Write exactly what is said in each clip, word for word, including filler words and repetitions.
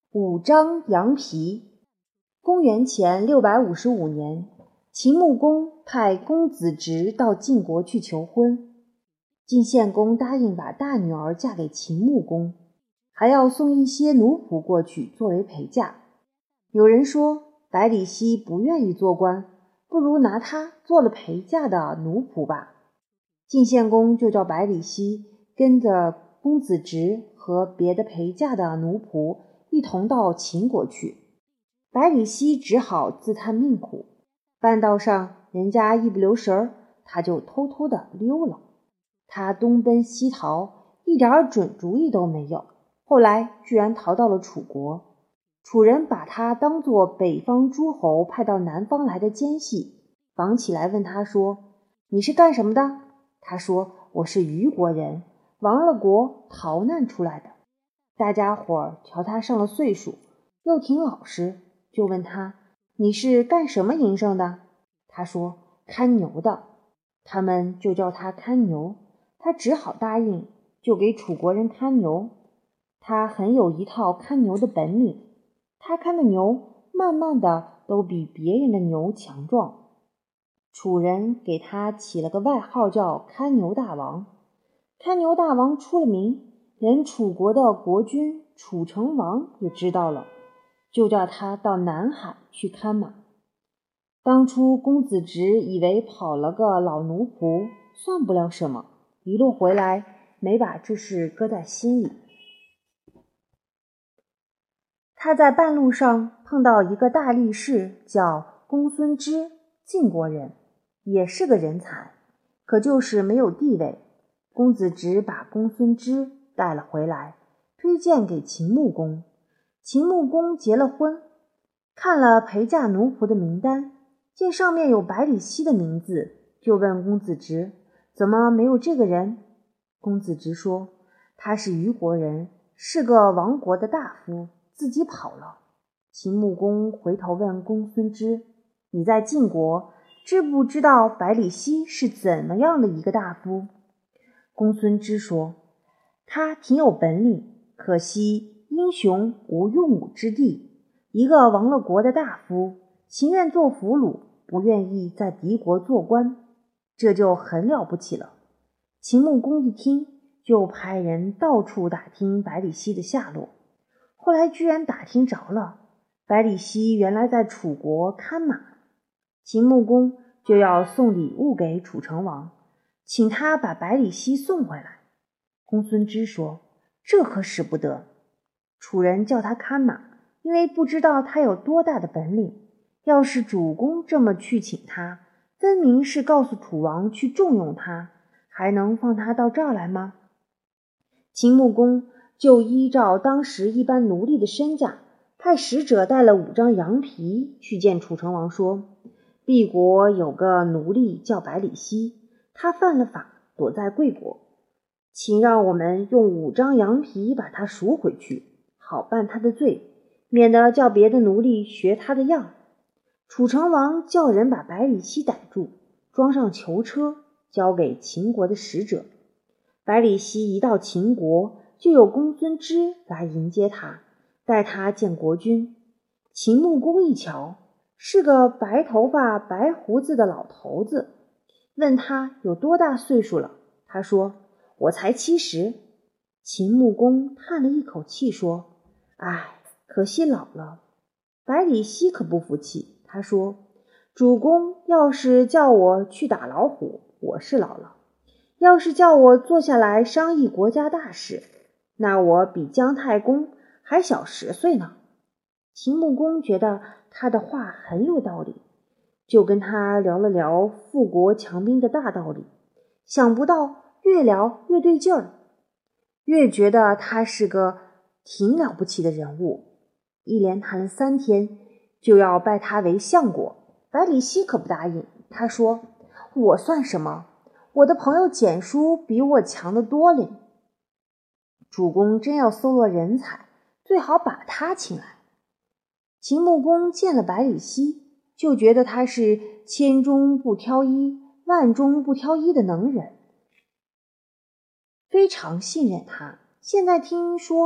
五张羊皮。公元前六百五十五年，秦穆公派公子直到晋国去求婚。晋献公答应把大女儿嫁给秦穆公，还要送一些奴仆过去作为陪嫁。有人说百里奚不愿意做官，不如拿他做了陪嫁的奴仆吧。晋献公就叫百里奚跟着公子直和别的陪嫁的奴仆一同到秦国去。百里奚只好自叹命苦，半道上人家一不留神，他就偷偷的溜了。他东奔西逃，一点准主意都没有，后来居然逃到了楚国。楚人把他当作北方诸侯派到南方来的奸细，绑起来问他说：你是干什么的？他说：我是虞国人，亡了国逃难出来的。大家伙儿瞧他上了岁数，又挺老实，就问他：你是干什么营生的？他说：看牛的。他们就叫他看牛，他只好答应，就给楚国人看牛。他很有一套看牛的本领，他看的牛慢慢的都比别人的牛强壮。楚人给他起了个外号叫看牛大王。看牛大王出了名，连楚国的国君楚成王也知道了，就叫他到南海去看马。当初公子直以为跑了个老奴仆算不了什么，一路回来没把这事搁在心里。他在半路上碰到一个大力士，叫公孙支，晋国人，也是个人才，可就是没有地位。公子直把公孙支带了回来，推荐给秦穆公。秦穆公结了婚，看了陪嫁奴仆的名单，见上面有百里奚的名字，就问公子直：怎么没有这个人？公子直说：他是虞国人，是个亡国的大夫，自己跑了。秦穆公回头问公孙支：你在晋国知不知道百里奚是怎么样的一个大夫？公孙支说：他挺有本领，可惜英雄无用武之地，一个亡了国的大夫，情愿做俘虏，不愿意在敌国做官，这就很了不起了。秦穆公一听，就派人到处打听百里奚的下落，后来居然打听着了，百里奚原来在楚国看马。秦穆公就要送礼物给楚成王，请他把百里奚送回来。公孙支说：这可使不得。楚人叫他看马，因为不知道他有多大的本领，要是主公这么去请他，分明是告诉楚王去重用他，还能放他到这儿来吗？秦穆公就依照当时一般奴隶的身价，派使者带了五张羊皮去见楚成王，说：敝国有个奴隶叫百里奚，他犯了法，躲在贵国，请让我们用五张羊皮把他赎回去，好办他的罪，免得叫别的奴隶学他的样。楚成王叫人把百里奚逮住，装上囚车，交给秦国的使者。百里奚一到秦国，就有公孙支来迎接他，带他见国君。秦穆公一瞧，是个白头发白胡子的老头子，问他有多大岁数了，他说：我才七十。秦穆公叹了一口气说：唉，可惜老了。百里奚可不服气，他说：主公要是叫我去打老虎，我是老了；要是叫我坐下来商议国家大事，那我比姜太公还小十岁呢。秦穆公觉得他的话很有道理，就跟他聊了聊富国强兵的大道理，想不到越聊越对劲儿，越觉得他是个挺了不起的人物。一连谈了三天，就要拜他为相国。百里奚可不答应，他说：我算什么？我的朋友蹇叔比我强得多了。主公真要搜罗人才，最好把他请来。秦穆公见了百里奚，就觉得他是千中不挑一，万中不挑一的能人，非常信任他。现在听说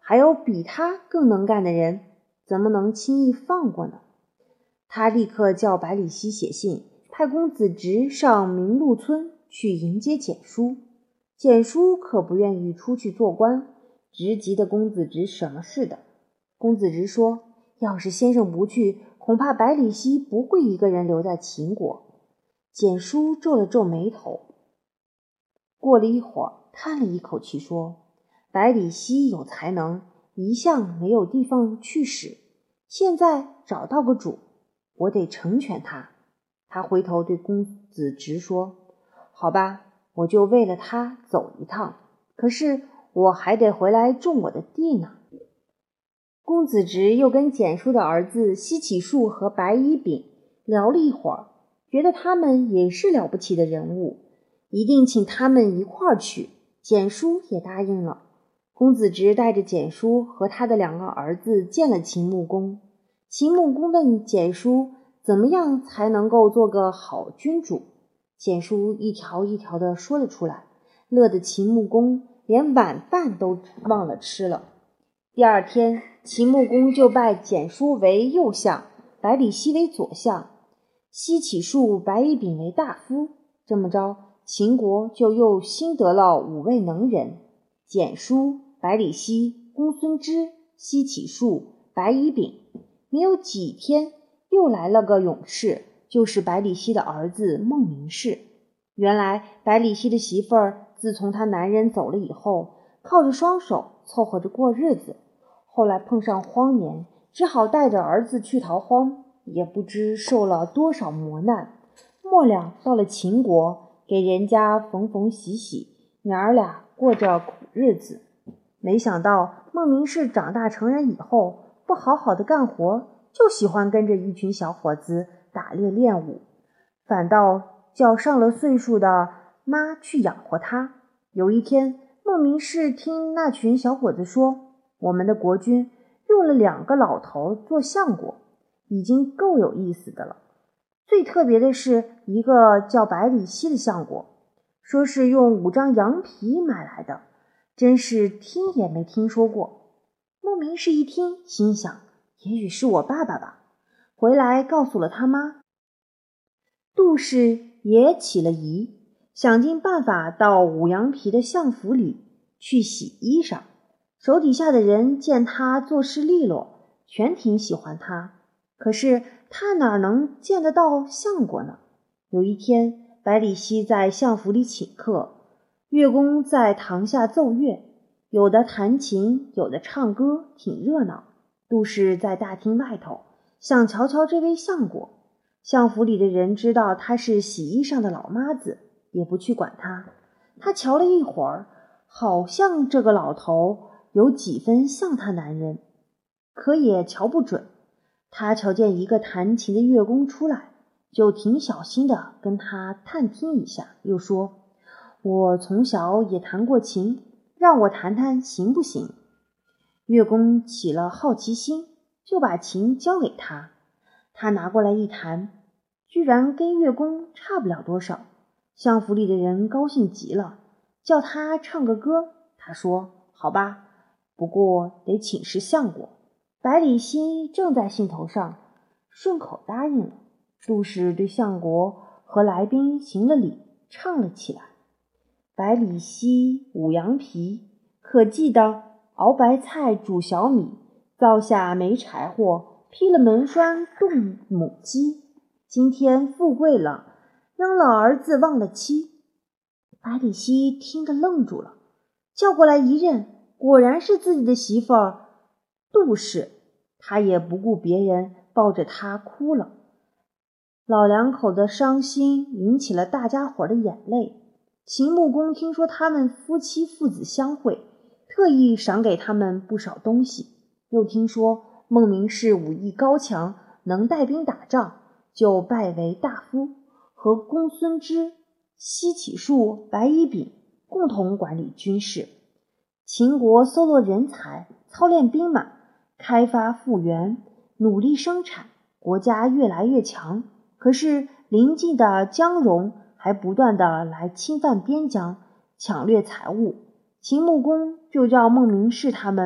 还有比他更能干的人，怎么能轻易放过呢？他立刻叫百里奚写信，派公子直上明禄村去迎接简书。简书可不愿意出去做官，直急得公子直什么似的。公子直说，要是先生不去，恐怕百里奚不会一个人留在秦国。简书皱了皱眉头，过了一会儿，叹了一口气说，百里奚有才能，一向没有地方去使，现在找到个主，我得成全他。他回头对公子直说，好吧，我就为了他走一趟，可是我还得回来种我的地呢。公子直又跟简书的儿子西乞术和白乙丙聊了一会儿，觉得他们也是了不起的人物，一定请他们一块儿去。简书也答应了。公子直带着简书和他的两个儿子见了秦穆公。秦穆公问简书怎么样才能够做个好君主，简书一条一条地说了出来，乐得秦穆公连晚饭都忘了吃了。第二天，秦穆公就拜简书为右相，百里奚为左相，西乞术、白乙丙为大夫。这么着，秦国就又新得了五位能人：简书、百里奚、公孙支、西乞术、白乙丙。没有几天，又来了个勇士，就是百里奚的儿子孟明视。原来百里奚的媳妇儿自从他男人走了以后，靠着双手凑合着过日子，后来碰上荒年，只好带着儿子去逃荒，也不知受了多少磨难。末了到了秦国，给人家缝缝洗洗，娘儿俩过着苦日子。没想到孟明视长大成人以后，不好好的干活，就喜欢跟着一群小伙子打猎练武，反倒叫上了岁数的妈去养活他。有一天，孟明视听那群小伙子说，我们的国君用了两个老头做相国，已经够有意思的了。最特别的是一个叫百里奚的相国，说是用五张羊皮买来的，真是听也没听说过。孟明视一听，心想，也许是我爸爸吧，回来告诉了他妈。杜氏也起了疑，想尽办法到五羊皮的相府里去洗衣裳。手底下的人见他做事利落，全挺喜欢他，可是他哪能见得到相国呢？有一天，百里奚在相府里请客，乐工在堂下奏乐，有的弹琴，有的唱歌，挺热闹。杜氏在大厅外头想瞧瞧这位相国，相府里的人知道他是洗衣裳的老妈子，也不去管他。他瞧了一会儿，好像这个老头有几分像他男人，可也瞧不准。他瞧见一个弹琴的乐工出来，就挺小心的跟他探听一下，又说，我从小也弹过琴，让我弹弹行不行？乐工起了好奇心，就把琴交给他。他拿过来一弹，居然跟乐工差不了多少。相府里的人高兴极了，叫他唱个歌。他说，好吧，不过得请示相国。百里奚正在兴头上，顺口答应了。杜氏对相国和来宾行了礼，唱了起来。百里奚五羊皮，可记得熬白菜煮小米，灶下没柴火，劈了门栓炖母鸡。今天富贵了，扔了儿子忘了妻。百里奚听得愣住了，叫过来一认，果然是自己的媳妇儿杜氏。他也不顾别人，抱着她哭了。老两口的伤心引起了大家伙的眼泪。秦穆公听说他们夫妻父子相会，特意赏给他们不少东西，又听说孟明视武艺高强，能带兵打仗，就拜为大夫，和公孙支、西乞术、白乙丙共同管理军事。秦国搜罗人才，操练兵马，开发复原，努力生产，国家越来越强。可是邻近的姜戎还不断的来侵犯边疆，抢掠财物。秦穆公就叫孟明视他们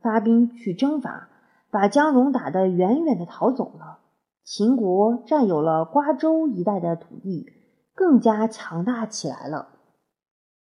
发兵去征伐，把姜戎打得远远地逃走了。秦国占有了瓜州一带的土地，更加强大起来了。